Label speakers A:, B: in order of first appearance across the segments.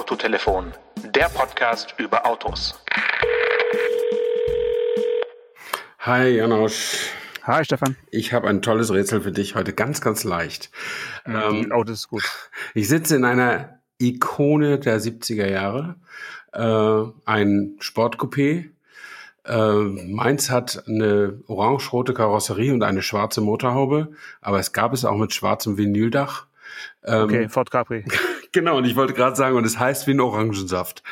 A: Autotelefon, der Podcast über Autos.
B: Hi Janosch.
C: Hi Stefan.
B: Ich habe ein tolles Rätsel für dich heute, ganz, ganz leicht.
C: Das ist gut.
B: Ich sitze in einer Ikone der 70er Jahre, ein Sportcoupé. Meins hat eine orange-rote Karosserie und eine schwarze Motorhaube, aber es gab es auch mit schwarzem Vinyldach.
C: Okay, Ford Capri.
B: Genau, und ich wollte gerade sagen, und es heißt wie ein Orangensaft.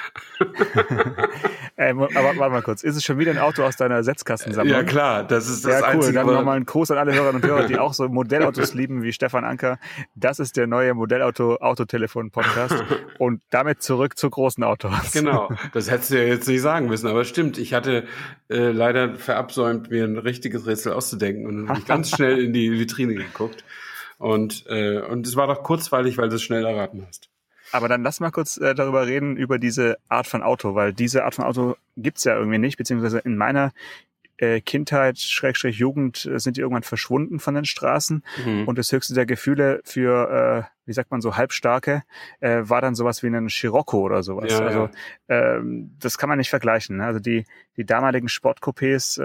C: Aber warte mal kurz, ist es schon wieder ein Auto aus deiner Setzkastensammlung?
B: Ja klar, das ist das
C: ja, cool.
B: Einzige.
C: Dann nochmal einen Gruß an alle Hörerinnen und Hörer, die auch so Modellautos lieben wie Stefan Anker. Das ist der neue Modellauto-Autotelefon-Podcast und damit zurück zu großen Autos.
B: Genau, das hättest du ja jetzt nicht sagen müssen, aber stimmt, ich hatte leider verabsäumt, mir ein richtiges Rätsel auszudenken und dann habe ich ganz schnell in die Vitrine geguckt und es war doch kurzweilig, weil du es schnell erraten hast.
C: Aber dann lass mal kurz darüber reden, über diese Art von Auto, weil diese Art von Auto gibt's ja irgendwie nicht, beziehungsweise in meiner Kindheit, Jugend sind die irgendwann verschwunden von den Straßen und das höchste der Gefühle für, wie sagt man so, Halbstarke, war dann sowas wie ein Scirocco oder sowas.
B: Ja,
C: also das kann man nicht vergleichen. Ne? Also die damaligen Sportcoupés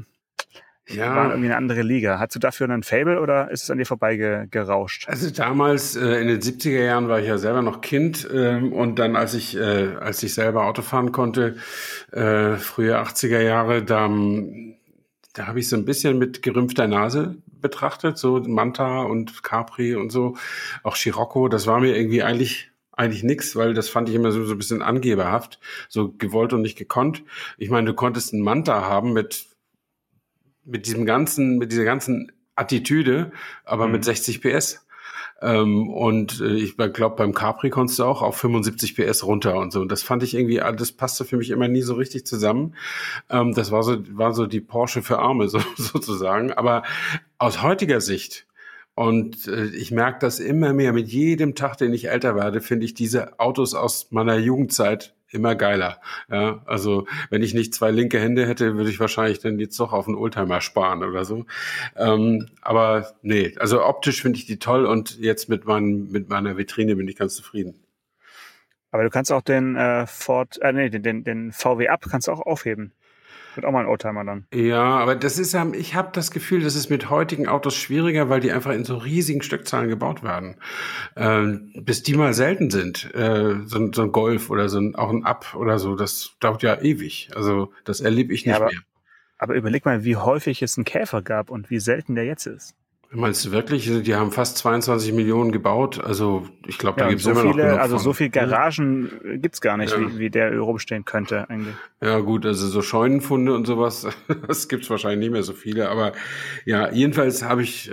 C: waren irgendwie eine andere Liga. Hast du dafür einen Faible oder ist es an dir vorbei gerauscht?
B: Also damals in den 70er Jahren war ich ja selber noch Kind und dann als ich selber Auto fahren konnte, frühe 80er Jahre, da habe ich so ein bisschen mit gerümpfter Nase betrachtet, so Manta und Capri und so, auch Scirocco, das war mir irgendwie eigentlich nix, weil das fand ich immer so ein bisschen angeberhaft, so gewollt und nicht gekonnt. Ich meine, du konntest einen Manta haben mit dieser ganzen Attitüde, aber mit 60 PS. Ich glaube, beim Capri konntest du auch auf 75 PS runter und so. Und das fand ich irgendwie, das passte für mich immer nie so richtig zusammen. Das war so die Porsche für Arme, sozusagen. Aber aus heutiger Sicht, und ich merke das immer mehr, mit jedem Tag, den ich älter werde, finde ich diese Autos aus meiner Jugendzeit immer geiler. Ja, also wenn ich nicht zwei linke Hände hätte, würde ich wahrscheinlich dann jetzt doch auf einen Oldtimer sparen oder so. Aber nee, also optisch finde ich die toll und jetzt mit meiner Vitrine bin ich ganz zufrieden.
C: Aber du kannst auch den den VW Up kannst du auch aufheben. Wird auch mal ein Oldtimer dann.
B: Ja, aber ich habe das Gefühl, das ist mit heutigen Autos schwieriger, weil die einfach in so riesigen Stückzahlen gebaut werden. Bis die mal selten sind, so ein Golf oder auch ein Up oder so, das dauert ja ewig. Also das erlebe ich nicht mehr.
C: Aber überleg mal, wie häufig es einen Käfer gab und wie selten der jetzt ist.
B: Meinst du wirklich? Die haben fast 22 Millionen gebaut. Also ich glaube, da gibt es immer noch genug von.
C: So viele Garagen gibt's gar nicht, wie der rumstehen könnte eigentlich.
B: Ja gut, also so Scheunenfunde und sowas, das gibt's wahrscheinlich nicht mehr so viele. Aber ja, jedenfalls habe ich,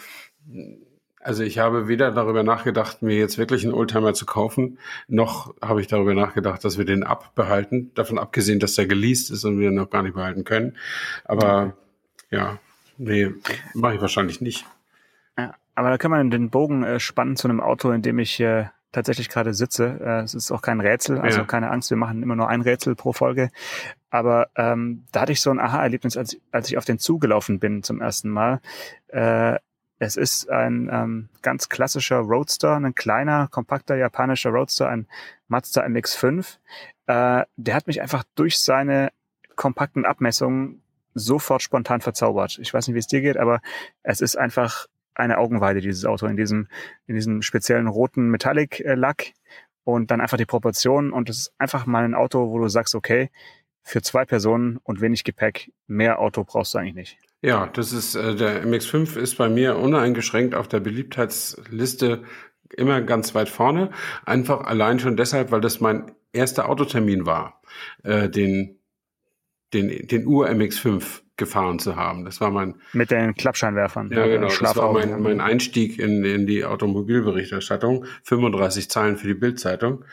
B: ich habe weder darüber nachgedacht, mir jetzt wirklich einen Oldtimer zu kaufen, noch habe ich darüber nachgedacht, dass wir den behalten. Davon abgesehen, dass der geleast ist und wir den noch gar nicht behalten können. Aber ja. Nee, mache ich wahrscheinlich nicht.
C: Ja, aber da kann man den Bogen spannen zu einem Auto, in dem ich tatsächlich gerade sitze. Es ist auch kein Rätsel, also keine Angst, wir machen immer nur ein Rätsel pro Folge. Aber da hatte ich so ein Aha-Erlebnis, als ich auf den zugelaufen bin zum ersten Mal. Es ist ein ganz klassischer Roadster, ein kleiner, kompakter japanischer Roadster, ein Mazda MX-5. Der hat mich einfach durch seine kompakten Abmessungen sofort spontan verzaubert. Ich weiß nicht, wie es dir geht, aber es ist einfach eine Augenweide, dieses Auto, in diesem speziellen roten Metallic-Lack und dann einfach die Proportionen und es ist einfach mal ein Auto, wo du sagst, okay, für 2 Personen und wenig Gepäck, mehr Auto brauchst du eigentlich nicht.
B: Ja, das ist, der MX-5 ist bei mir uneingeschränkt auf der Beliebtheitsliste immer ganz weit vorne. Einfach allein schon deshalb, weil das mein erster Autotermin war, den Ur-MX-5 gefahren zu haben. Das war
C: mit den Klappscheinwerfern.
B: Ja, genau. Das war mein Einstieg in die Automobilberichterstattung. 35 Zeilen für die Bild-Zeitung.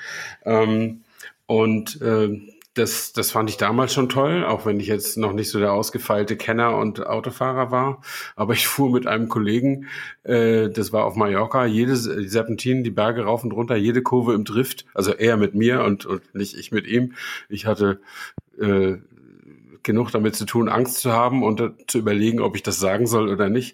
B: Das fand ich damals schon toll, auch wenn ich jetzt noch nicht so der ausgefeilte Kenner und Autofahrer war. Aber ich fuhr mit einem Kollegen, das war auf Mallorca, jede Serpentin, die Berge rauf und runter, jede Kurve im Drift. Also er mit mir und nicht ich mit ihm. Ich hatte genug damit zu tun, Angst zu haben und zu überlegen, ob ich das sagen soll oder nicht.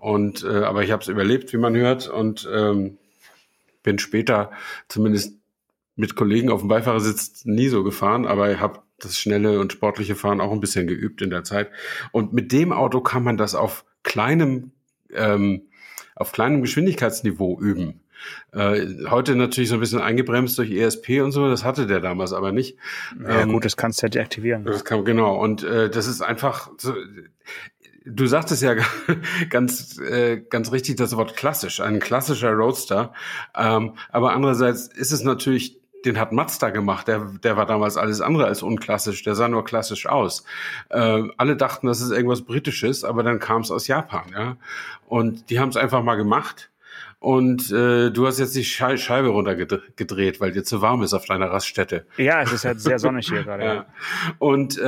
B: Aber ich habe es überlebt, wie man hört, und bin später zumindest mit Kollegen auf dem Beifahrersitz nie so gefahren, aber ich habe das schnelle und sportliche Fahren auch ein bisschen geübt in der Zeit. Und mit dem Auto kann man das auf kleinem Geschwindigkeitsniveau üben. Heute natürlich so ein bisschen eingebremst durch ESP und so, das hatte der damals aber nicht.
C: Ja gut, das kannst du ja deaktivieren.
B: Genau, und das ist einfach so, du sagtest ja ganz richtig das Wort klassisch, ein klassischer Roadster, aber andererseits ist es natürlich, den hat Mazda gemacht, der war damals alles andere als unklassisch, der sah nur klassisch aus. Alle dachten, das ist irgendwas Britisches, aber dann kam es aus Japan, ja, und die haben es einfach mal gemacht. Und du hast jetzt die Scheibe runtergedreht, weil dir zu warm ist auf deiner Raststätte.
C: Ja, es ist halt sehr sonnig hier gerade.
B: Ja. Und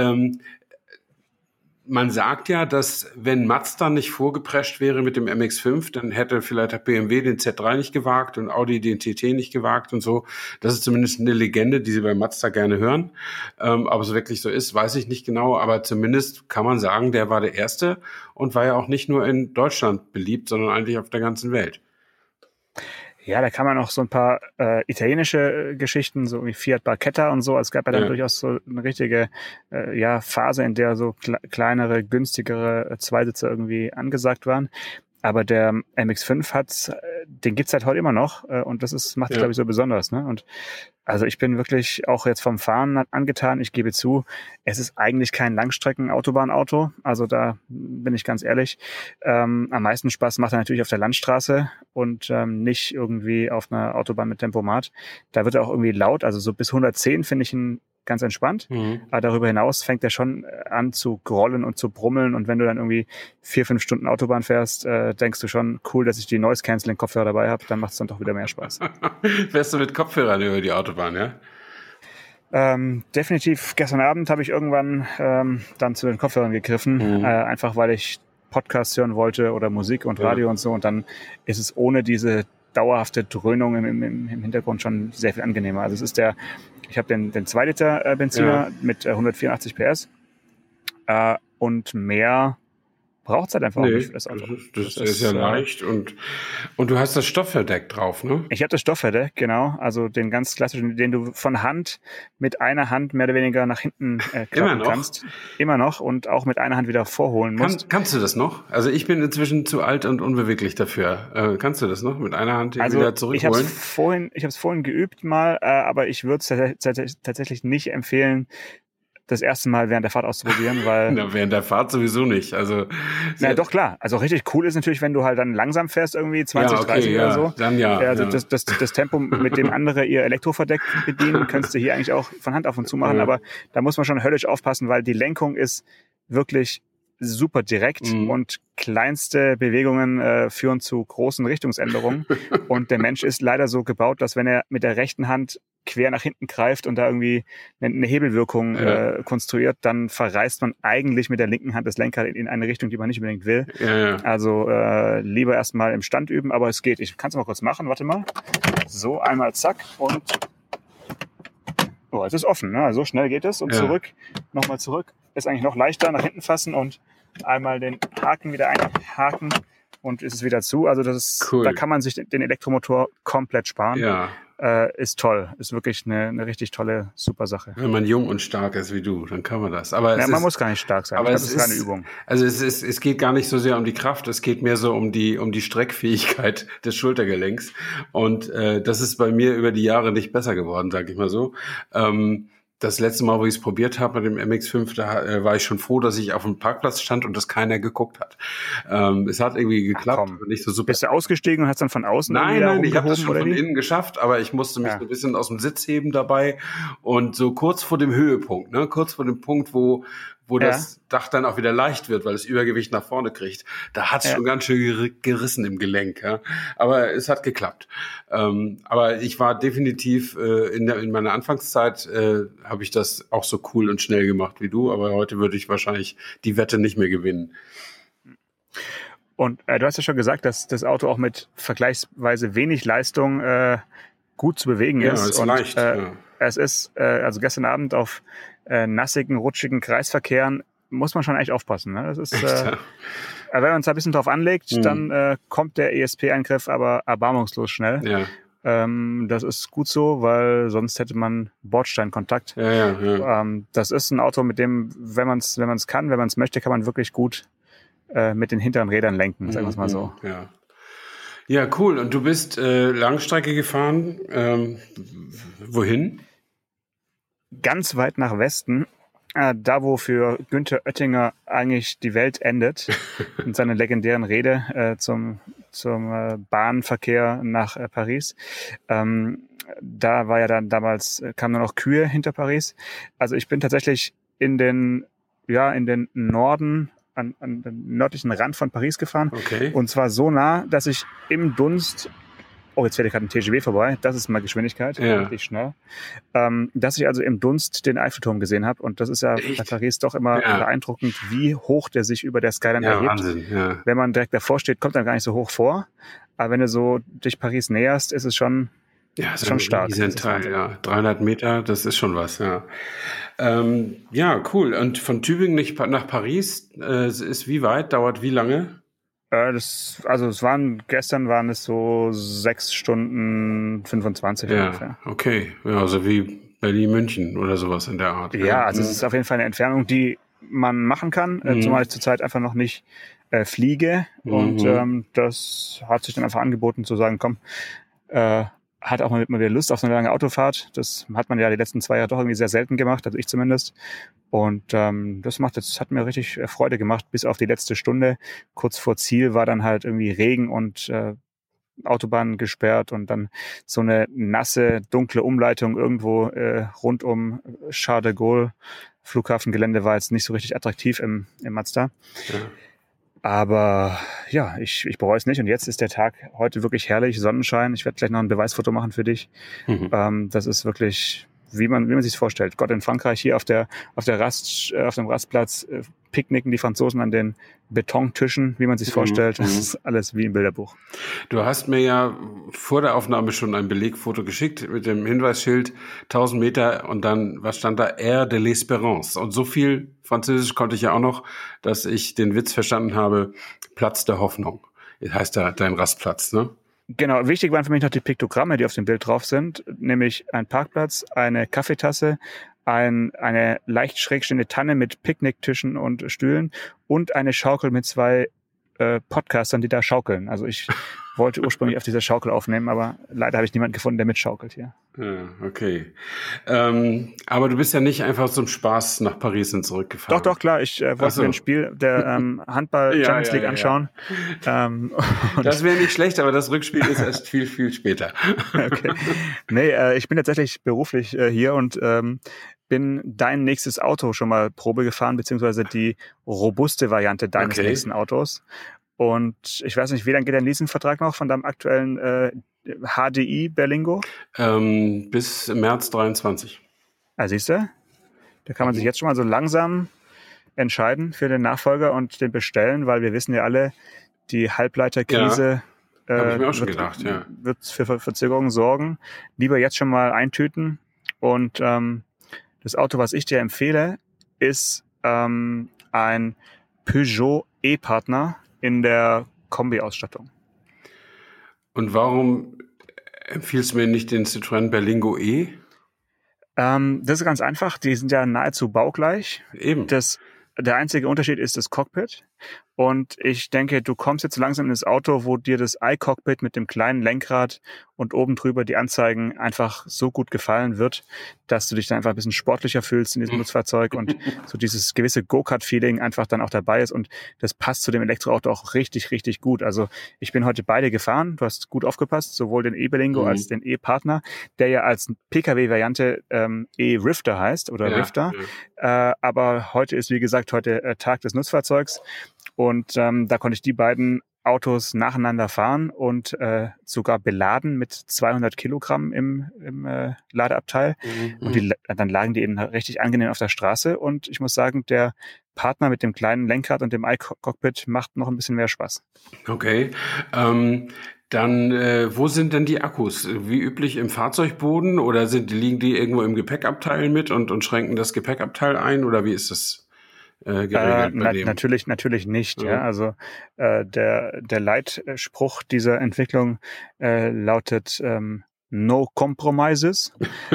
B: man sagt ja, dass wenn Mazda nicht vorgeprescht wäre mit dem MX-5, dann hätte vielleicht der BMW den Z3 nicht gewagt und Audi den TT nicht gewagt und so. Das ist zumindest eine Legende, die sie bei Mazda gerne hören. Aber es wirklich so ist, weiß ich nicht genau. Aber zumindest kann man sagen, der war der Erste und war ja auch nicht nur in Deutschland beliebt, sondern eigentlich auf der ganzen Welt.
C: Ja, da kann man auch so ein paar italienische Geschichten, so wie Fiat Barchetta und so. Es gab ja dann durchaus so eine richtige Phase, in der so kleinere, günstigere Zweisitzer irgendwie angesagt waren. Aber der MX-5 den gibt's halt heute immer noch und das macht es, glaube ich, so besonders. Ne? Und also ich bin wirklich auch jetzt vom Fahren angetan. Ich gebe zu, es ist eigentlich kein Langstrecken-Autobahnauto. Also da bin ich ganz ehrlich. Am meisten Spaß macht er natürlich auf der Landstraße und nicht irgendwie auf einer Autobahn mit Tempomat. Da wird er auch irgendwie laut. Also so bis 110 finde ich ihn ganz entspannt. Aber darüber hinaus fängt er schon an zu grollen und zu brummeln. Und wenn du dann irgendwie 4-5 Stunden Autobahn fährst, denkst du schon, cool, dass ich die Noise-Canceling-Kopfhörer dabei habe. Dann macht es dann doch wieder mehr Spaß.
B: Fährst du mit Kopfhörern über die Autobahn, ja?
C: Definitiv. Gestern Abend habe ich irgendwann dann zu den Kopfhörern gegriffen. Einfach weil ich Podcasts hören wollte oder Musik und Radio und so. Und dann ist es ohne diese dauerhafte Dröhnung im Hintergrund schon sehr viel angenehmer. Also ich habe den 2 Liter Benziner mit 184 PS und mehr braucht es halt einfach auch nicht für das Auto.
B: Das ist ja leicht und du hast das Stoffverdeck drauf, ne?
C: Ich habe das Stoffverdeck, genau. Also den ganz klassischen, den du von Hand mit einer Hand mehr oder weniger nach hinten klappen kannst. Immer noch und auch mit einer Hand wieder vorholen musst.
B: Kannst du das noch? Also ich bin inzwischen zu alt und unbeweglich dafür. Kannst du das noch mit einer Hand wieder zurückholen?
C: Ich habe es vorhin geübt mal, aber ich würde es tatsächlich nicht empfehlen, das erste Mal während der Fahrt auszuprobieren, weil...
B: Na, während der Fahrt sowieso nicht. Also,
C: na doch, klar. Also richtig cool ist natürlich, wenn du halt dann langsam fährst, irgendwie 20, 30 oder so.
B: Dann ja.
C: Also das Tempo, mit dem andere ihr Elektroverdeck bedienen, kannst du hier eigentlich auch von Hand auf und zu machen. Aber da muss man schon höllisch aufpassen, weil die Lenkung ist wirklich super direkt und kleinste Bewegungen führen zu großen Richtungsänderungen. Und der Mensch ist leider so gebaut, dass wenn er mit der rechten Hand quer nach hinten greift und da irgendwie eine Hebelwirkung konstruiert, dann verreißt man eigentlich mit der linken Hand das Lenkrad in eine Richtung, die man nicht unbedingt will. Also lieber erstmal im Stand üben, aber es geht. Ich kann es mal kurz machen, warte mal. So, einmal zack und es ist offen, ne? So schnell geht es und zurück, nochmal zurück. Ist eigentlich noch leichter, nach hinten fassen und einmal den Haken wieder einhaken und ist es wieder zu. Also das ist cool. Da kann man sich den Elektromotor komplett sparen. Ja. Ist toll. Ist wirklich eine richtig tolle, super Sache.
B: Wenn man jung und stark ist wie du, dann kann man das. Aber
C: man muss gar nicht stark sein.
B: Aber
C: das ist keine Übung.
B: Also es geht gar nicht so sehr um die Kraft, es geht mehr so um die Streckfähigkeit des Schultergelenks. Und das ist bei mir über die Jahre nicht besser geworden, sag ich mal so. Das letzte Mal, wo ich es probiert habe mit dem MX-5, da war ich schon froh, dass ich auf dem Parkplatz stand und dass keiner geguckt hat. Es hat irgendwie geklappt, aber nicht so super.
C: Bist du ausgestiegen und hast dann von außen
B: Nein, ich habe das schon von innen geschafft, aber ich musste mich so ein bisschen aus dem Sitz heben dabei und so kurz vor dem Höhepunkt, ne, kurz vor dem Punkt, wo das Dach dann auch wieder leicht wird, weil es Übergewicht nach vorne kriegt. Da hat es schon ganz schön gerissen im Gelenk. Ja. Aber es hat geklappt. Aber ich war definitiv in meiner Anfangszeit habe ich das auch so cool und schnell gemacht wie du. Aber heute würde ich wahrscheinlich die Wette nicht mehr gewinnen.
C: Und du hast ja schon gesagt, dass das Auto auch mit vergleichsweise wenig Leistung gut zu bewegen ist.
B: Ja, ist leicht.
C: Es ist, also gestern Abend auf nassigen, rutschigen Kreisverkehren muss man schon echt aufpassen. Ne? Das ist, wenn man uns ein bisschen drauf anlegt, dann kommt der ESP-Eingriff aber erbarmungslos schnell. Ja. Das ist gut so, weil sonst hätte man Bordsteinkontakt.
B: Ja.
C: Das ist ein Auto, mit dem, wenn man es kann, wenn man es möchte, kann man wirklich gut mit den hinteren Rädern lenken, sagen wir es mal so.
B: Ja, cool. Und du bist Langstrecke gefahren. Wohin?
C: Ganz weit nach Westen. Da, wo für Günther Oettinger eigentlich die Welt endet, in seiner legendären Rede zum Bahnverkehr nach Paris. Da war ja dann damals, kamen nur noch Kühe hinter Paris. Also ich bin tatsächlich in den Norden, an den nördlichen Rand von Paris gefahren.
B: Okay.
C: Und zwar so nah, dass ich im Dunst, jetzt fährt gerade ein TGV vorbei, das ist mal Geschwindigkeit, richtig schnell, dass ich also im Dunst den Eiffelturm gesehen habe. Und das ist ja bei Paris doch immer beeindruckend, wie hoch der sich über der Skyline erhebt.
B: Wahnsinn, ja.
C: Wenn man direkt davor steht, kommt er gar nicht so hoch vor. Aber wenn du so dich Paris näherst, ist es schon, ist schon stark.
B: Teil, 300 Meter, das ist schon was, ja. Cool. Und von Tübingen nach Paris ist wie weit, dauert wie lange?
C: Gestern waren es so 6 Stunden 25 ungefähr.
B: Okay. Ja, also wie Berlin-München oder sowas in der Art.
C: Ja, also es ist auf jeden Fall eine Entfernung, die man machen kann, zumal ich zurzeit einfach noch nicht fliege. Und das hat sich dann einfach angeboten zu sagen, komm, hat auch mal wieder Lust auf so eine lange Autofahrt. Das hat man ja die letzten 2 Jahre doch irgendwie sehr selten gemacht, also ich zumindest. Und das hat mir richtig Freude gemacht, bis auf die letzte Stunde. Kurz vor Ziel war dann halt irgendwie Regen und Autobahn gesperrt und dann so eine nasse, dunkle Umleitung irgendwo rund um Charles de Gaulle. Flughafengelände war jetzt nicht so richtig attraktiv im Mazda. Ja. Aber ja, ich bereue es nicht. Und jetzt ist der Tag heute wirklich herrlich, Sonnenschein. Ich werde gleich noch ein Beweisfoto machen für dich. Das ist wirklich, wie man sich vorstellt. Gott, in Frankreich hier auf dem Rastplatz picknicken die Franzosen an den Betontischen, wie man sich vorstellt. Das ist alles wie im Bilderbuch.
B: Du hast mir ja vor der Aufnahme schon ein Belegfoto geschickt mit dem Hinweisschild 1000 Meter und dann, was stand da? Air de l'Espérance. Und so viel Französisch konnte ich ja auch noch, dass ich den Witz verstanden habe, Platz der Hoffnung. Heißt da dein Rastplatz, ne?
C: Genau, wichtig waren für mich noch die Piktogramme, die auf dem Bild drauf sind, nämlich ein Parkplatz, eine Kaffeetasse, eine leicht schräg stehende Tanne mit Picknicktischen und Stühlen und eine Schaukel mit 2 Podcastern, die da schaukeln. Also ich wollte ursprünglich auf dieser Schaukel aufnehmen, aber leider habe ich niemanden gefunden, der mitschaukelt hier.
B: Ja, okay. Aber du bist ja nicht einfach zum Spaß nach Paris und zurückgefahren.
C: Doch, klar. Ich wollte mir ein Spiel der Handball-Champions League anschauen.
B: Das wäre nicht schlecht, aber das Rückspiel ist erst viel, viel später.
C: Okay. Nee, ich bin tatsächlich beruflich hier und bin dein nächstes Auto schon mal Probe gefahren, beziehungsweise die robuste Variante deines nächsten Autos. Und ich weiß nicht, wie lange geht dein Leasingvertrag noch von deinem aktuellen HDI Berlingo?
B: Bis März 23.
C: Also siehst du, da kann man sich jetzt schon mal so langsam entscheiden für den Nachfolger und den bestellen, weil wir wissen ja alle, die Halbleiterkrise
B: habe ich mir auch schon gedacht,
C: wird für Verzögerungen sorgen. Lieber jetzt schon mal eintüten. Und das Auto, was ich dir empfehle, ist ein Peugeot E-Partner in der Kombi-Ausstattung.
B: Und warum empfiehlst du mir nicht den Citroën Berlingo E?
C: Das ist ganz einfach. Die sind ja nahezu baugleich.
B: Eben.
C: Der einzige Unterschied ist das Cockpit. Und ich denke, du kommst jetzt langsam in das Auto, wo dir das iCockpit mit dem kleinen Lenkrad und oben drüber die Anzeigen einfach so gut gefallen wird, dass du dich dann einfach ein bisschen sportlicher fühlst in diesem Nutzfahrzeug und so dieses gewisse Go-Kart-Feeling einfach dann auch dabei ist. Und das passt zu dem Elektroauto auch richtig, richtig gut. Also ich bin heute beide gefahren. Du hast gut aufgepasst, sowohl den E-Berlingo als den E-Partner, der ja als Pkw-Variante E-Rifter heißt oder Rifter. Aber heute ist, wie gesagt, Tag des Nutzfahrzeugs. Und da konnte ich die beiden Autos nacheinander fahren und sogar beladen mit 200 Kilogramm im Ladeabteil. Und dann lagen die eben richtig angenehm auf der Straße. Und ich muss sagen, der Partner mit dem kleinen Lenkrad und dem iCockpit macht noch ein bisschen mehr Spaß.
B: Okay. Dann, wo sind denn die Akkus? Wie üblich im Fahrzeugboden oder liegen die irgendwo im Gepäckabteil mit und schränken das Gepäckabteil ein? Oder wie ist das?
C: Natürlich nicht. Ja. Also der Leitspruch dieser Entwicklung lautet No Compromises.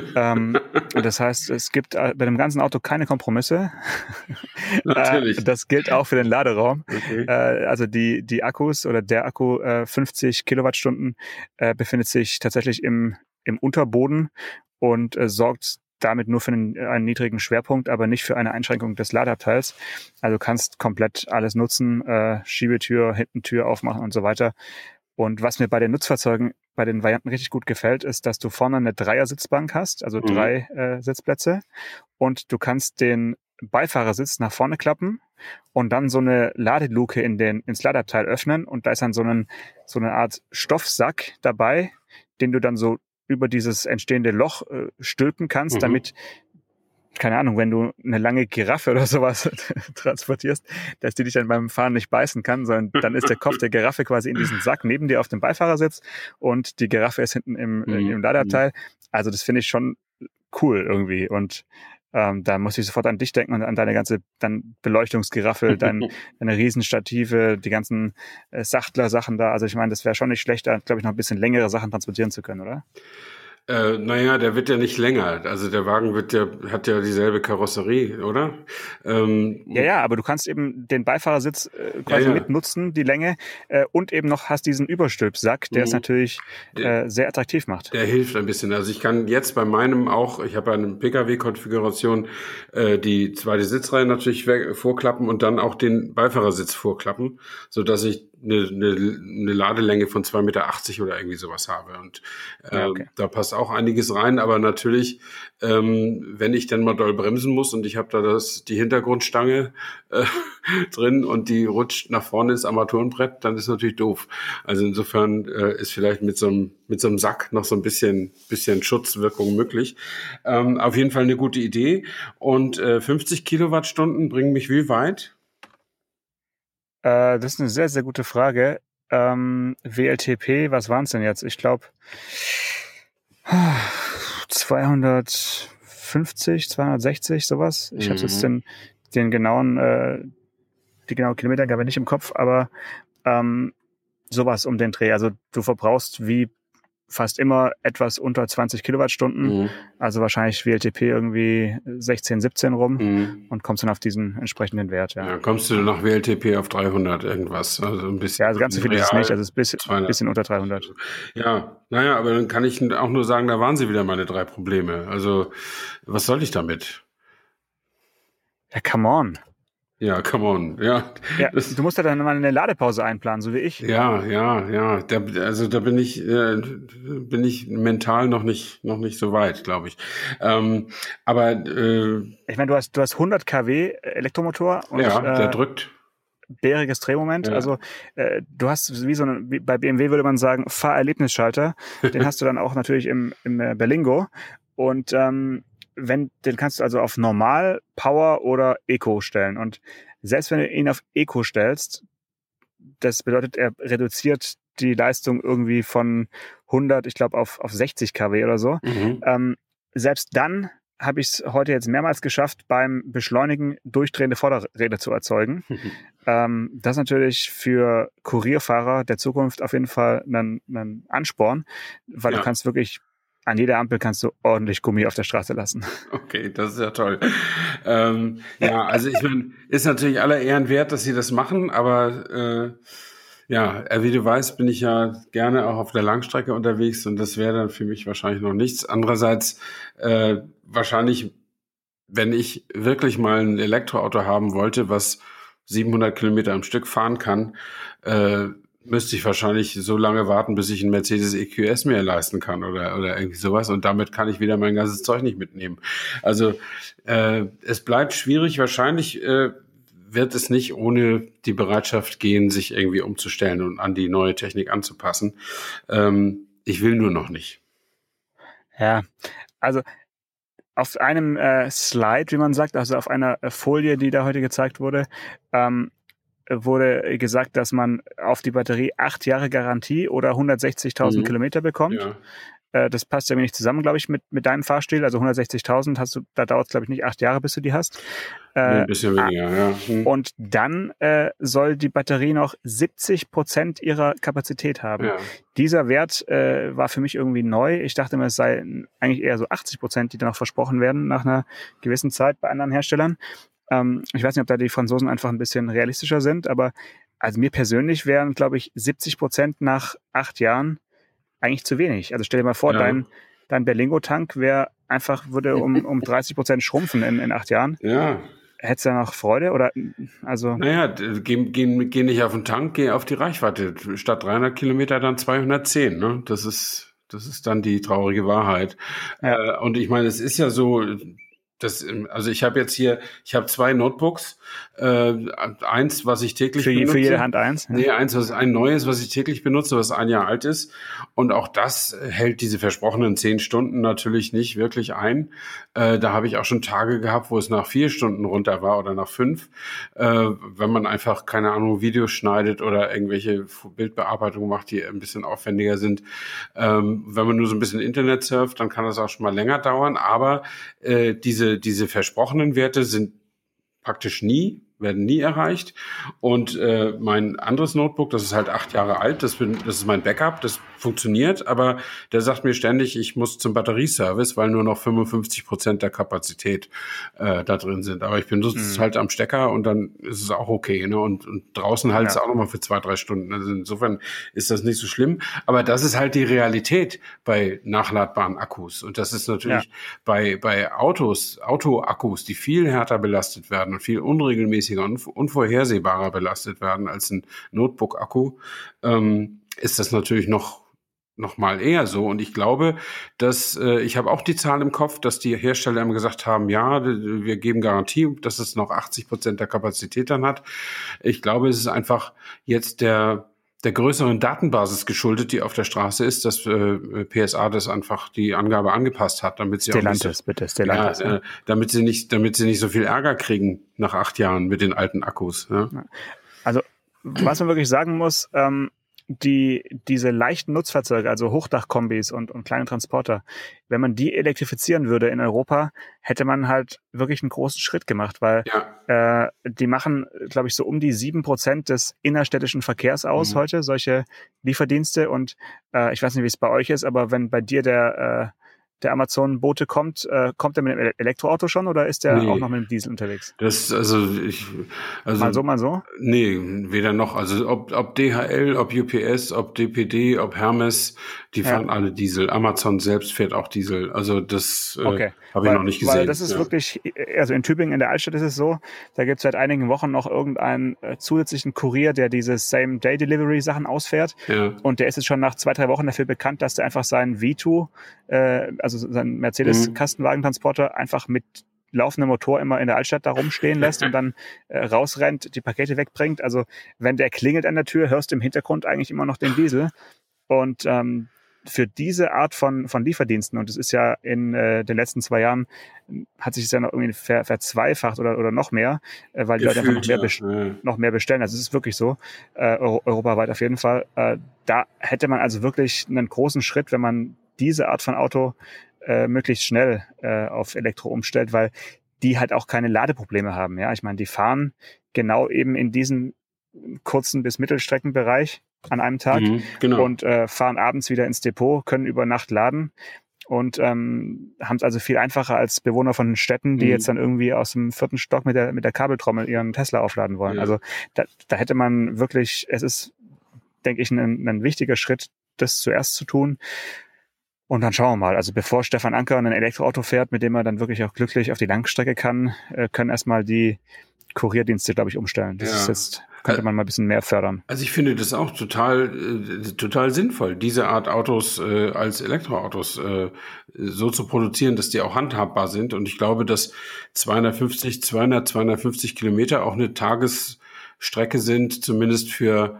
C: Das heißt, es gibt bei dem ganzen Auto keine Kompromisse.
B: Natürlich.
C: Das gilt auch für den Laderaum.
B: Okay.
C: Also die Akkus oder der Akku 50 Kilowattstunden befindet sich tatsächlich im Unterboden und sorgt damit nur für einen niedrigen Schwerpunkt, aber nicht für eine Einschränkung des Ladeabteils. Also du kannst komplett alles nutzen, Schiebetür, Hintentür aufmachen und so weiter. Und was mir bei den Nutzfahrzeugen, bei den Varianten richtig gut gefällt, ist, dass du vorne eine Dreier-Sitzbank hast, also 3 Sitzplätze. Und du kannst den Beifahrersitz nach vorne klappen und dann so eine Ladeluke ins Ladeabteil öffnen. Und da ist dann so eine Art Stoffsack dabei, den du dann so über dieses entstehende Loch stülpen kannst, damit, keine Ahnung, wenn du eine lange Giraffe oder sowas transportierst, dass die dich dann beim Fahren nicht beißen kann, sondern dann ist der Kopf der Giraffe quasi in diesem Sack neben dir auf dem Beifahrersitz und die Giraffe ist hinten im Ladeabteil. Also das finde ich schon cool irgendwie und da muss ich sofort an dich denken und an deine ganze dann Beleuchtungsgiraffe, deine Riesenstative, die ganzen Sachtler-Sachen da. Also ich meine, das wäre schon nicht schlecht, da glaube ich noch ein bisschen längere Sachen transportieren zu können, oder?
B: Naja, der wird ja nicht länger. Also der Wagen hat ja dieselbe Karosserie, oder?
C: Ja, aber du kannst eben den Beifahrersitz quasi mitnutzen, die Länge, und eben noch hast diesen Überstülpsack, der es natürlich sehr attraktiv macht.
B: Der hilft ein bisschen. Also ich kann jetzt bei meinem auch, ich habe eine Pkw-Konfiguration, die zweite Sitzreihe natürlich vorklappen und dann auch den Beifahrersitz vorklappen, so dass ich eine Ladelänge von 2,80 Meter oder irgendwie sowas habe. Und da passt auch einiges rein, aber natürlich, wenn ich dann mal doll bremsen muss und ich habe da die Hintergrundstange drin und die rutscht nach vorne ins Armaturenbrett, dann ist natürlich doof. Also insofern ist vielleicht mit so einem Sack noch so ein bisschen Schutzwirkung möglich. Auf jeden Fall eine gute Idee. Und 50 Kilowattstunden bringen mich wie weit?
C: Das ist eine sehr, sehr gute Frage. WLTP, was waren es denn jetzt? Ich glaube 250, 260, sowas. Ich habe jetzt die genaue Kilometerangabe nicht im Kopf, aber sowas um den Dreh. Also du verbrauchst wie fast immer etwas unter 20 Kilowattstunden, also wahrscheinlich WLTP irgendwie 16, 17 rum und kommst dann auf diesen entsprechenden Wert. Ja,
B: kommst du nach WLTP auf 300 irgendwas, also ein bisschen.
C: Ja, also ganz so viel ist es nicht, also es ist ein bisschen unter 300.
B: Ja, naja, aber dann kann ich auch nur sagen, da waren sie wieder meine 3 Probleme. Also was soll ich damit?
C: Ja, come on.
B: Ja, come on, ja.
C: Du musst ja dann mal eine Ladepause einplanen, so wie ich.
B: Ja. Da bin ich mental noch nicht so weit, glaube ich. Aber
C: ich meine, du hast 100 kW Elektromotor und
B: der drückt.
C: Bäriges Drehmoment. Ja. Also du hast wie bei BMW würde man sagen, Fahrerlebnisschalter. Den hast du dann auch natürlich im Berlingo. Und den kannst du also auf Normal, Power oder Eco stellen. Und selbst wenn du ihn auf Eco stellst, das bedeutet, er reduziert die Leistung irgendwie von 100, ich glaube, auf 60 kW oder so. Selbst dann habe ich es heute jetzt mehrmals geschafft, beim Beschleunigen durchdrehende Vorderräder zu erzeugen. Das ist natürlich für Kurierfahrer der Zukunft auf jeden Fall ein Ansporn, weil du kannst wirklich an jeder Ampel kannst du ordentlich Gummi auf der Straße lassen.
B: Okay, das ist ja toll. Also ich meine, ist natürlich aller Ehren wert, dass sie das machen, aber wie du weißt, bin ich ja gerne auch auf der Langstrecke unterwegs und das wäre dann für mich wahrscheinlich noch nichts. Andererseits wahrscheinlich, wenn ich wirklich mal ein Elektroauto haben wollte, was 700 Kilometer am Stück fahren kann, müsste ich wahrscheinlich so lange warten, bis ich einen Mercedes EQS mir leisten kann oder irgendwie sowas. Und damit kann ich wieder mein ganzes Zeug nicht mitnehmen. Also es bleibt schwierig. Wahrscheinlich wird es nicht ohne die Bereitschaft gehen, sich irgendwie umzustellen und an die neue Technik anzupassen. Ich will nur noch nicht.
C: Ja, also auf einem Slide, wie man sagt, also auf einer Folie, die da heute gezeigt wurde, wurde gesagt, dass man auf die Batterie 8 Jahre Garantie oder 160.000 Kilometer bekommt. das passt irgendwie nicht zusammen, glaube ich, mit deinem Fahrstil. Also 160.000 da dauert es, glaube ich, nicht 8 Jahre, bis du die hast.
B: Ein bisschen weniger, ja.
C: Und dann soll die Batterie noch 70% ihrer Kapazität haben. Ja. Dieser Wert war für mich irgendwie neu. Ich dachte immer, es sei eigentlich eher so 80%, die da noch versprochen werden nach einer gewissen Zeit bei anderen Herstellern. Ich weiß nicht, ob da die Franzosen einfach ein bisschen realistischer sind, aber also mir persönlich wären, glaube ich, 70% nach 8 Jahren eigentlich zu wenig. Also stell dir mal vor, dein Berlingo-Tank würde um 30% schrumpfen in 8 Jahren.
B: Ja.
C: Hättest du da noch Freude? Oder, also?
B: Naja, geh nicht auf den Tank, geh auf die Reichweite. Statt 300 Kilometer dann 210, ne? Das ist dann die traurige Wahrheit. Ja. Und ich meine, es ist ja so, also ich habe 2 Notebooks, eins, was ich täglich benutze.
C: Für jede Hand eins?
B: Ja. Nee, ein neues, was ich täglich benutze, was 1 Jahr alt ist. Und auch das hält diese versprochenen 10 Stunden natürlich nicht wirklich ein. Da habe ich auch schon Tage gehabt, wo es nach 4 Stunden runter war oder nach 5. Wenn man einfach, keine Ahnung, Videos schneidet oder irgendwelche Bildbearbeitungen macht, die ein bisschen aufwendiger sind. Wenn man nur so ein bisschen Internet surft, dann kann das auch schon mal länger dauern. Aber diese versprochenen Werte sind praktisch werden nie erreicht. Und mein anderes Notebook, das ist halt 8 Jahre alt, das ist mein Backup, das funktioniert, aber der sagt mir ständig, ich muss zum Batterieservice, weil nur noch 55% der Kapazität da drin sind. Aber ich benutze es halt am Stecker und dann ist es auch okay. Ne? Und draußen halt es auch nochmal für 2-3 Stunden. Also insofern ist das nicht so schlimm. Aber das ist halt die Realität bei nachladbaren Akkus. Und das ist natürlich bei Autoakkus, die viel härter belastet werden und viel unregelmäßiger und unvorhersehbarer belastet werden als ein Notebook-Akku, ist das natürlich noch mal eher so. Und ich glaube, dass ich habe auch die Zahl im Kopf, dass die Hersteller immer gesagt haben, ja, wir geben Garantie, dass es noch 80% der Kapazität dann hat. Ich glaube, es ist einfach jetzt der größeren Datenbasis geschuldet, die auf der Straße ist, dass PSA das einfach die Angabe angepasst hat, damit sie
C: Stellantis.
B: Ja, damit sie nicht so viel Ärger kriegen nach 8 Jahren mit den alten Akkus. Ja.
C: Also was man wirklich sagen muss, diese leichten Nutzfahrzeuge, also Hochdachkombis und kleine Transporter, wenn man die elektrifizieren würde in Europa, hätte man halt wirklich einen großen Schritt gemacht, weil die machen, glaube ich, so um die 7% des innerstädtischen Verkehrs aus heute, solche Lieferdienste. Und ich weiß nicht, wie es bei euch ist, aber wenn bei dir der Amazon-Bote kommt er mit einem Elektroauto schon oder ist der auch noch mit dem Diesel unterwegs? Mal so?
B: Nee, weder noch. Also ob DHL, ob UPS, ob DPD, ob Hermes, die fahren alle Diesel. Amazon selbst fährt auch Diesel. Also das habe ich noch nicht gesehen.
C: Weil das ist wirklich, also in Tübingen in der Altstadt ist es so, da gibt es seit einigen Wochen noch irgendeinen zusätzlichen Kurier, der diese Same-Day-Delivery-Sachen ausfährt. Ja. Und der ist jetzt schon nach 2-3 Wochen dafür bekannt, dass der einfach seinen V2, also seinen Mercedes-Kastenwagentransporter einfach mit laufendem Motor immer in der Altstadt da rumstehen lässt und dann rausrennt, die Pakete wegbringt. Also wenn der klingelt an der Tür, hörst du im Hintergrund eigentlich immer noch den Diesel. Und für diese Art von Lieferdiensten, und es ist ja in den letzten 2 Jahren, hat sich das ja noch irgendwie verzweifacht oder noch mehr, weil die Leute einfach noch mehr bestellen. Also es ist wirklich so, europaweit auf jeden Fall. Da hätte man also wirklich einen großen Schritt, wenn man diese Art von Auto möglichst schnell auf Elektro umstellt, weil die halt auch keine Ladeprobleme haben. Ja, ich meine, die fahren genau eben in diesen kurzen bis Mittelstreckenbereich an einem Tag und fahren abends wieder ins Depot, können über Nacht laden und haben es also viel einfacher als Bewohner von Städten, die jetzt dann irgendwie aus dem 4. Stock mit der Kabeltrommel ihren Tesla aufladen wollen. Ja. Also da hätte man wirklich, es ist, denke ich, ein wichtiger Schritt, das zuerst zu tun. Und dann schauen wir mal. Also bevor Stefan Anker ein Elektroauto fährt, mit dem er dann wirklich auch glücklich auf die Langstrecke kann, können erstmal die Kurierdienste, glaube ich, umstellen. Das ist jetzt, könnte man mal ein bisschen mehr fördern.
B: Also ich finde das auch total sinnvoll, diese Art Autos als Elektroautos so zu produzieren, dass die auch handhabbar sind. Und ich glaube, dass 250 Kilometer auch eine Tagesstrecke sind, zumindest für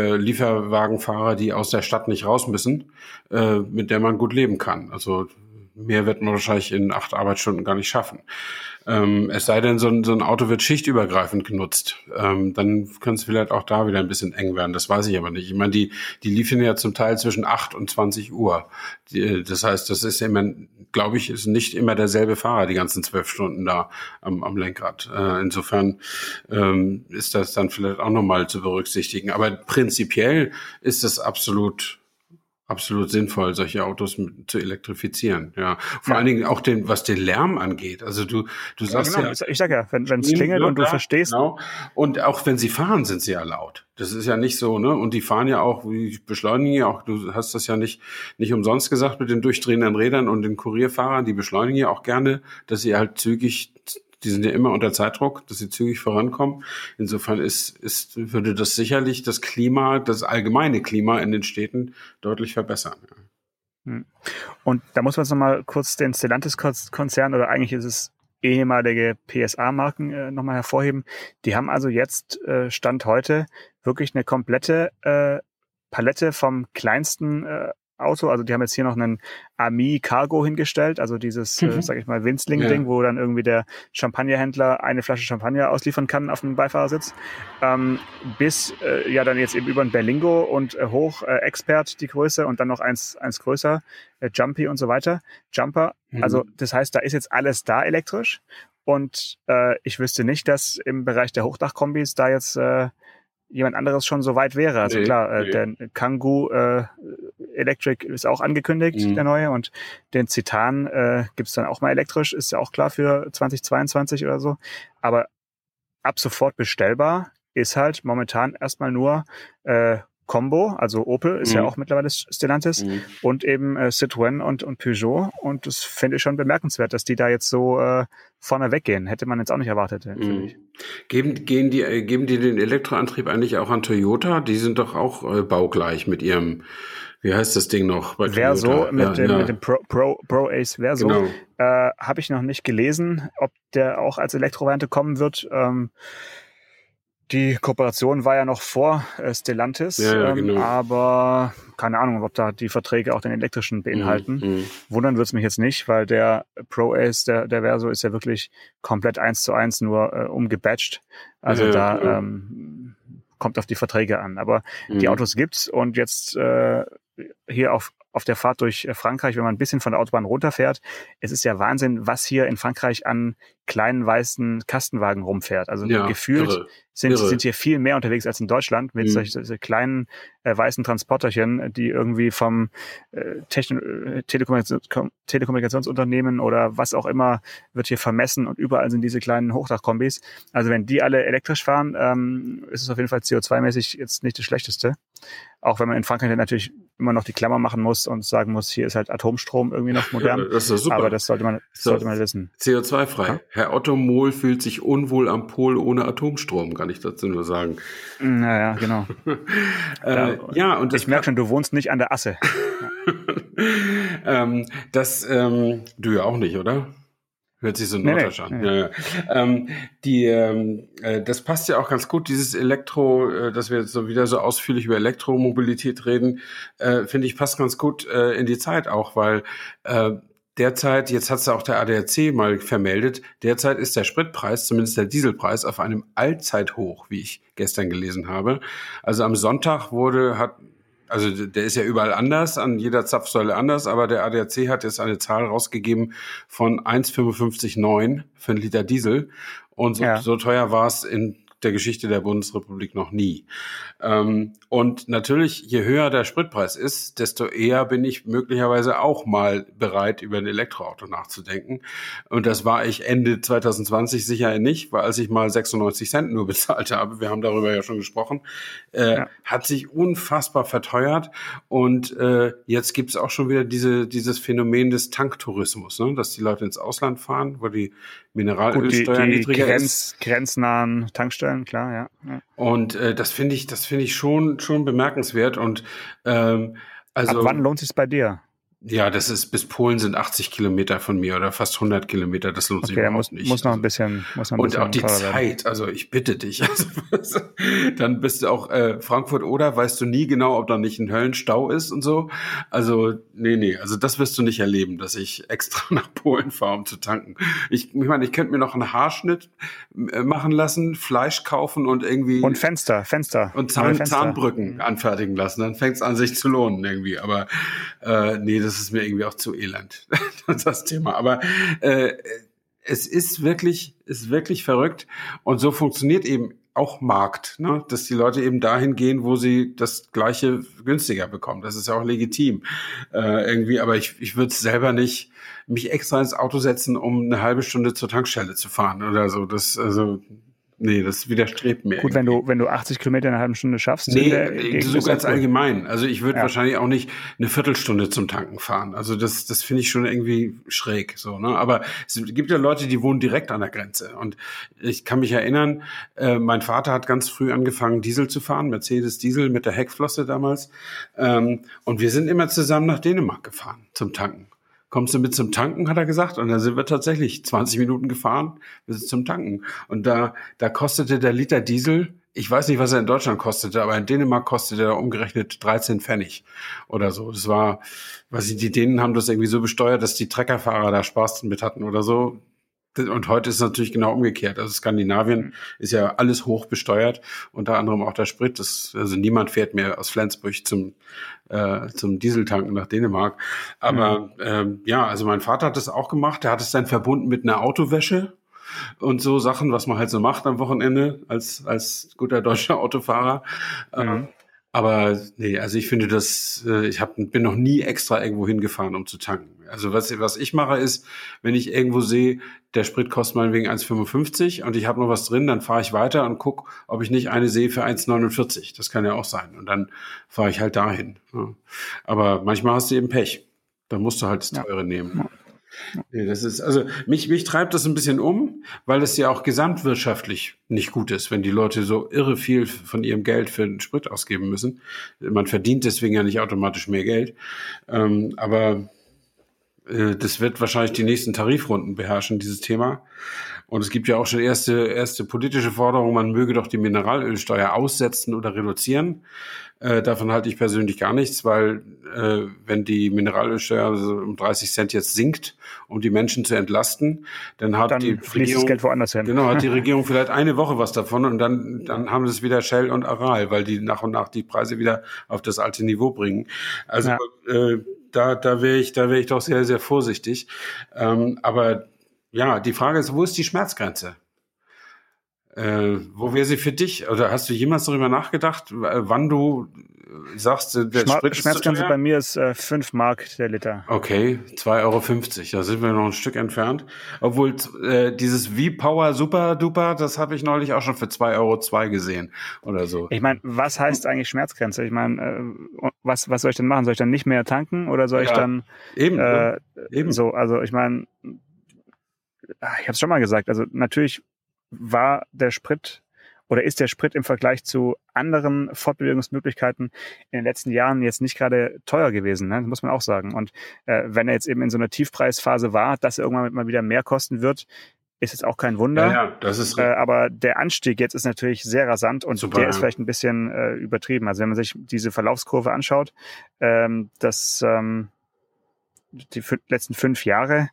B: Lieferwagenfahrer, die aus der Stadt nicht raus müssen, mit der man gut leben kann. Also mehr wird man wahrscheinlich in 8 Arbeitsstunden gar nicht schaffen. Es sei denn, so ein Auto wird schichtübergreifend genutzt. Dann könnte es vielleicht auch da wieder ein bisschen eng werden. Das weiß ich aber nicht. Ich meine, die liefern ja zum Teil zwischen 8 und 20 Uhr. Das heißt, das ist immer, glaube ich, ist nicht immer derselbe Fahrer die ganzen 12 Stunden da am Lenkrad. Insofern ist das dann vielleicht auch nochmal zu berücksichtigen. Aber prinzipiell ist das absolut sinnvoll, solche Autos zu elektrifizieren. Ja, vor allen Dingen auch was den Lärm angeht. Also du sagst
C: genau. Ich sag ja, wenn es klingelt und du verstehst.
B: Genau. Und auch wenn sie fahren, sind sie ja laut. Das ist ja nicht so, ne? Und die fahren ja auch, die beschleunigen ja auch. Du hast das ja nicht umsonst gesagt mit den durchdrehenden Rädern und den Kurierfahrern. Die beschleunigen ja auch gerne, dass sie halt zügig. Die sind ja immer unter Zeitdruck, dass sie zügig vorankommen. Insofern würde das sicherlich das allgemeine Klima in den Städten deutlich verbessern.
C: Und da muss man jetzt nochmal kurz den Stellantis-Konzern, oder eigentlich ist es ehemalige PSA-Marken nochmal hervorheben. Die haben also jetzt, Stand heute, wirklich eine komplette Palette vom kleinsten Auto. Also die haben jetzt hier noch einen Ami Cargo hingestellt, also dieses, sag ich mal, Winzling-Ding, wo dann irgendwie der Champagnerhändler eine Flasche Champagner ausliefern kann auf dem Beifahrersitz, bis dann jetzt eben über ein Berlingo und hoch Expert die Größe und dann noch eins größer, Jumpy und so weiter, Jumper. Also das heißt, da ist jetzt alles da elektrisch und ich wüsste nicht, dass im Bereich der Hochdachkombis da jetzt jemand anderes schon so weit wäre. Also der Kangoo Electric ist auch angekündigt, der neue, und den Citan gibt's dann auch mal elektrisch, ist ja auch klar für 2022 oder so. Aber ab sofort bestellbar ist halt momentan erstmal nur Combo, also Opel ist ja auch mittlerweile Stellantis, und eben Citroën und Peugeot, und das finde ich schon bemerkenswert, dass die da jetzt so vorne weggehen. Hätte man jetzt auch nicht erwartet, finde ich.
B: Geben die den Elektroantrieb eigentlich auch an Toyota? Die sind doch auch baugleich mit ihrem, wie heißt das Ding noch? Bei
C: Verso, mit dem Pro Ace Verso.
B: Genau.
C: Habe ich noch nicht gelesen, ob der auch als Elektrovariante kommen wird. Die Kooperation war ja noch vor Stellantis, genau. Aber keine Ahnung, ob da die Verträge auch den elektrischen beinhalten. Wundern wird's mich jetzt nicht, weil der Pro Ace, der Verso, ist ja wirklich komplett 1:1 nur umgebatcht. Also kommt auf die Verträge an. Aber die Autos gibt's, und jetzt hier auf der Fahrt durch Frankreich, wenn man ein bisschen von der Autobahn runterfährt, es ist ja Wahnsinn, was hier in Frankreich an kleinen weißen Kastenwagen rumfährt. Also gefühlt sind hier viel mehr unterwegs als in Deutschland mit solche kleinen weißen Transporterchen, die irgendwie vom Telekommunikationsunternehmen oder was auch immer wird hier vermessen, und überall sind diese kleinen Hochdachkombis. Also wenn die alle elektrisch fahren, ist es auf jeden Fall CO2-mäßig jetzt nicht das Schlechteste. Auch wenn man in Frankreich natürlich immer noch die Klammer machen muss und sagen muss, hier ist halt Atomstrom irgendwie noch modern.
B: Ja, das ist super.
C: Aber das sollte man wissen.
B: CO2-frei. Ja? Herr Otto Mohl fühlt sich unwohl am Pol ohne Atomstrom, kann ich dazu nur sagen.
C: Naja, genau. Und ich merke schon, du wohnst nicht an der Asse.
B: Du ja auch nicht, oder? Hört sich so norddeutsch an. Ja. Das passt ja auch ganz gut, dieses Elektro, dass wir jetzt so wieder so ausführlich über Elektromobilität reden, finde ich, passt ganz gut in die Zeit auch, weil derzeit, jetzt hat es ja auch der ADAC mal vermeldet, derzeit ist der Spritpreis, zumindest der Dieselpreis, auf einem Allzeithoch, wie ich gestern gelesen habe. Also am Sonntag also der ist ja überall anders, an jeder Zapfsäule anders, aber der ADAC hat jetzt eine Zahl rausgegeben von 1,55,9 für einen Liter Diesel. Und so teuer war es in der Geschichte der Bundesrepublik noch nie. Und natürlich, je höher der Spritpreis ist, desto eher bin ich möglicherweise auch mal bereit, über ein Elektroauto nachzudenken. Und das war ich Ende 2020 sicher nicht, weil als ich mal 96 Cent nur bezahlt habe, wir haben darüber ja schon gesprochen, hat sich unfassbar verteuert. Und jetzt gibt es auch schon wieder dieses Phänomen des Tanktourismus, ne? Dass die Leute ins Ausland fahren, wo die Mineralölsteuer niedriger ist.
C: Grenznahen Tankstellen, klar, ja.
B: Und das finde ich schon bemerkenswert. Und also
C: ab wann lohnt sich's bei dir?
B: Ja, das ist, bis Polen sind 80 Kilometer von mir oder fast 100 Kilometer, das lohnt sich überhaupt nicht.
C: Muss noch ein bisschen
B: Und auch die Zeit, also ich bitte dich, also, dann bist du auch Frankfurt oder weißt du nie genau, ob da nicht ein Höllenstau ist und so. Also nee, also das wirst du nicht erleben, dass ich extra nach Polen fahre, um zu tanken. Ich meine, ich könnte mir noch einen Haarschnitt machen lassen, Fleisch kaufen und irgendwie
C: und Fenster
B: und Zahnbrücken anfertigen lassen. Dann fängt es an, sich zu lohnen irgendwie. Aber nee, das ist mir irgendwie auch zu elend, das Thema. Aber es ist wirklich verrückt. Und so funktioniert eben auch Markt, ne? Dass die Leute eben dahin gehen, wo sie das Gleiche günstiger bekommen. Das ist ja auch legitim irgendwie. Aber ich würde selber nicht mich extra ins Auto setzen, um eine halbe Stunde zur Tankstelle zu fahren oder so. Nee, das widerstrebt mir.
C: Gut,
B: irgendwie.
C: wenn du 80 Kilometer in einer halben Stunde schaffst.
B: Nee, so ganz allgemein. Also ich würde wahrscheinlich auch nicht eine Viertelstunde zum Tanken fahren. Also das finde ich schon irgendwie schräg, so, ne? Aber es gibt ja Leute, die wohnen direkt an der Grenze. Und ich kann mich erinnern, mein Vater hat ganz früh angefangen, Diesel zu fahren, Mercedes Diesel mit der Heckflosse damals. Und wir sind immer zusammen nach Dänemark gefahren zum Tanken. Kommst du mit zum Tanken, hat er gesagt. Und dann sind wir tatsächlich 20 Minuten gefahren bis zum Tanken. Und da kostete der Liter Diesel, ich weiß nicht, was er in Deutschland kostete, aber in Dänemark kostete er umgerechnet 13 Pfennig oder so. Das war, die Dänen haben das irgendwie so besteuert, dass die Treckerfahrer da Spaß mit hatten oder so. Und heute ist es natürlich genau umgekehrt. Also Skandinavien ist ja alles hoch besteuert, unter anderem auch der Sprit. Also niemand fährt mehr aus Flensburg zum Dieseltanken nach Dänemark. Aber also mein Vater hat das auch gemacht. Er hat es dann verbunden mit einer Autowäsche und so Sachen, was man halt so macht am Wochenende als guter deutscher Autofahrer. Aber nee, also ich finde bin noch nie extra irgendwo hingefahren, um zu tanken. Also was ich mache ist, wenn ich irgendwo sehe, der Sprit kostet meinetwegen 1,55 und ich habe noch was drin, dann fahre ich weiter und gucke, ob ich nicht eine sehe für 1,49. Das kann ja auch sein. Und dann fahre ich halt dahin. Ja. Aber manchmal hast du eben Pech. Dann musst du halt das Teure nehmen. Ja. Nee, das ist, also mich treibt das ein bisschen um, weil es ja auch gesamtwirtschaftlich nicht gut ist, wenn die Leute so irre viel von ihrem Geld für den Sprit ausgeben müssen. Man verdient deswegen ja nicht automatisch mehr Geld. Aber das wird wahrscheinlich die nächsten Tarifrunden beherrschen, dieses Thema. Und es gibt ja auch schon erste politische Forderungen, man möge doch die Mineralölsteuer aussetzen oder reduzieren. Davon halte ich persönlich gar nichts, weil wenn die Mineralölsteuer um 30 Cent jetzt sinkt, um die Menschen zu entlasten, dann hat die Regierung
C: das Geld woanders hin.
B: Genau, hat die Regierung vielleicht eine Woche was davon und dann haben es wieder Shell und Aral, weil die nach und nach die Preise wieder auf das alte Niveau bringen. Also da wäre ich doch sehr, sehr vorsichtig. Aber ja, die Frage ist, wo ist die Schmerzgrenze? Wo wäre sie für dich? Oder hast du jemals darüber nachgedacht, wann du sagst, der Sprit ist
C: Schmerzgrenze bei mir ist 5 Mark der Liter.
B: Okay, 2,50 €. Da sind wir noch ein Stück entfernt. Obwohl dieses V-Power Super Duper, das habe ich neulich auch schon für 2,02 € gesehen oder so.
C: Ich meine, was heißt eigentlich Schmerzgrenze? Ich meine, was soll ich denn machen? Soll ich dann nicht mehr tanken oder soll ich dann eben so? Also ich meine, ich habe es schon mal gesagt. Also natürlich war der Sprit oder ist der Sprit im Vergleich zu anderen Fortbewegungsmöglichkeiten in den letzten Jahren jetzt nicht gerade teuer gewesen, ne? Das muss man auch sagen. Und wenn er jetzt eben in so einer Tiefpreisphase war, dass er irgendwann mal wieder mehr kosten wird, ist jetzt auch kein Wunder.
B: Ja, das ist
C: aber der Anstieg jetzt ist natürlich sehr rasant und
B: super,
C: der ist vielleicht ein bisschen übertrieben. Also wenn man sich diese Verlaufskurve anschaut, die letzten 5 Jahre,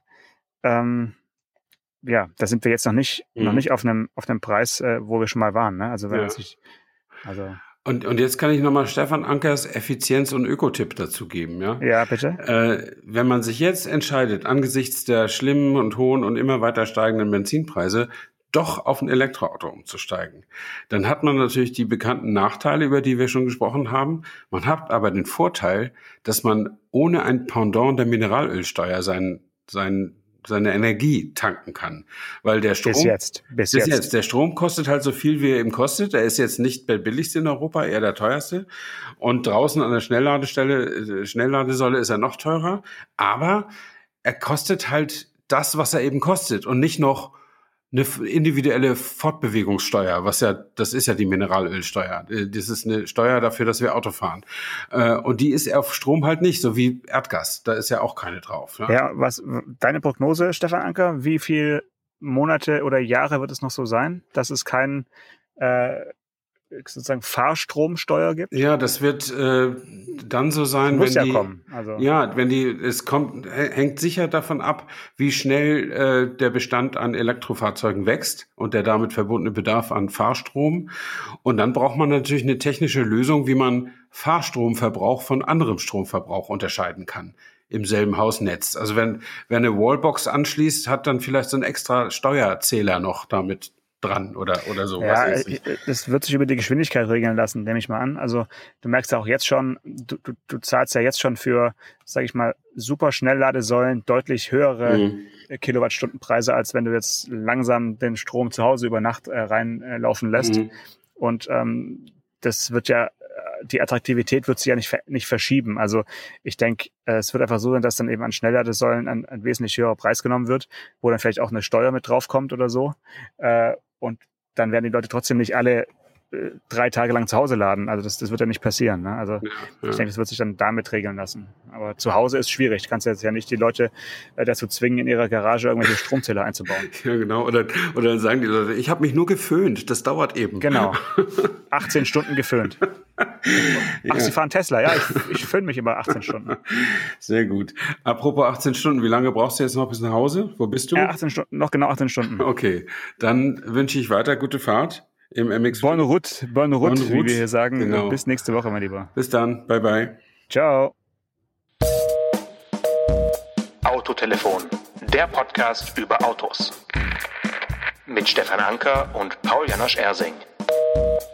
C: ja, da sind wir jetzt noch nicht auf einem Preis, wo wir schon mal waren. Ne? Also wenn man sich,
B: Und jetzt kann ich nochmal Stefan Ankers Effizienz- und Ökotipp dazu geben, ja?
C: Ja, bitte.
B: Wenn man sich jetzt entscheidet, angesichts der schlimmen und hohen und immer weiter steigenden Benzinpreise, doch auf ein Elektroauto umzusteigen, dann hat man natürlich die bekannten Nachteile, über die wir schon gesprochen haben. Man hat aber den Vorteil, dass man ohne ein Pendant der Mineralölsteuer seine Energie tanken kann, weil der Strom
C: bis jetzt.
B: Der Strom kostet halt so viel, wie er eben kostet. Er ist jetzt nicht der billigste in Europa, eher der teuerste. Und draußen an der Schnellladesäule ist er noch teurer. Aber er kostet halt das, was er eben kostet und nicht noch eine individuelle Fortbewegungssteuer, das ist ja die Mineralölsteuer. Das ist eine Steuer dafür, dass wir Auto fahren. Und die ist auf Strom halt nicht, so wie Erdgas. Da ist ja auch keine drauf. Ne?
C: Ja, deine Prognose, Stefan Anker, wie viele Monate oder Jahre wird es noch so sein, dass es keinen sozusagen Fahrstromsteuer gibt?
B: Ja, das wird dann so sein,
C: muss
B: wenn
C: ja kommen. Also.
B: Ja, es kommt, hängt sicher davon ab, wie schnell der Bestand an Elektrofahrzeugen wächst und der damit verbundene Bedarf an Fahrstrom. Und dann braucht man natürlich eine technische Lösung, wie man Fahrstromverbrauch von anderem Stromverbrauch unterscheiden kann im selben Hausnetz. Also wenn eine Wallbox anschließt, hat dann vielleicht so ein extra Steuerzähler noch damit dran oder so.
C: Ja, das wird sich über die Geschwindigkeit regeln lassen, nehme ich mal an. Also du merkst ja auch jetzt schon, du zahlst ja jetzt schon für, sage ich mal, super Schnellladesäulen deutlich höhere Kilowattstundenpreise, als wenn du jetzt langsam den Strom zu Hause über Nacht reinlaufen lässt. Und das wird ja, die Attraktivität wird sich ja nicht verschieben. Also ich denke, es wird einfach so sein, dass dann eben an Schnellladesäulen ein wesentlich höherer Preis genommen wird, wo dann vielleicht auch eine Steuer mit draufkommt oder so. Und dann werden die Leute trotzdem nicht alle 3 Tage lang zu Hause laden. Also das wird ja nicht passieren. Ne? Also ich denke, das wird sich dann damit regeln lassen. Aber zu Hause ist schwierig. Du kannst jetzt ja nicht die Leute dazu zwingen, in ihrer Garage irgendwelche Stromzähler einzubauen.
B: Ja, genau. Oder dann sagen die Leute, ich habe mich nur geföhnt. Das dauert eben.
C: Genau. 18 Stunden geföhnt. Ach, Sie fahren Tesla. Ja, ich föhne mich immer 18 Stunden.
B: Sehr gut. Apropos 18 Stunden, wie lange brauchst du jetzt noch bis nach Hause? Wo bist du?
C: 18 Stunden, noch genau 18 Stunden.
B: Okay, dann wünsche ich weiter gute Fahrt im MX.
C: Bonne route, wie wir hier sagen.
B: Genau.
C: Bis nächste Woche, mein Lieber.
B: Bis dann. Bye, bye.
C: Ciao.
A: Autotelefon, der Podcast über Autos. Mit Stefan Anker und Paul Janosch Ersing.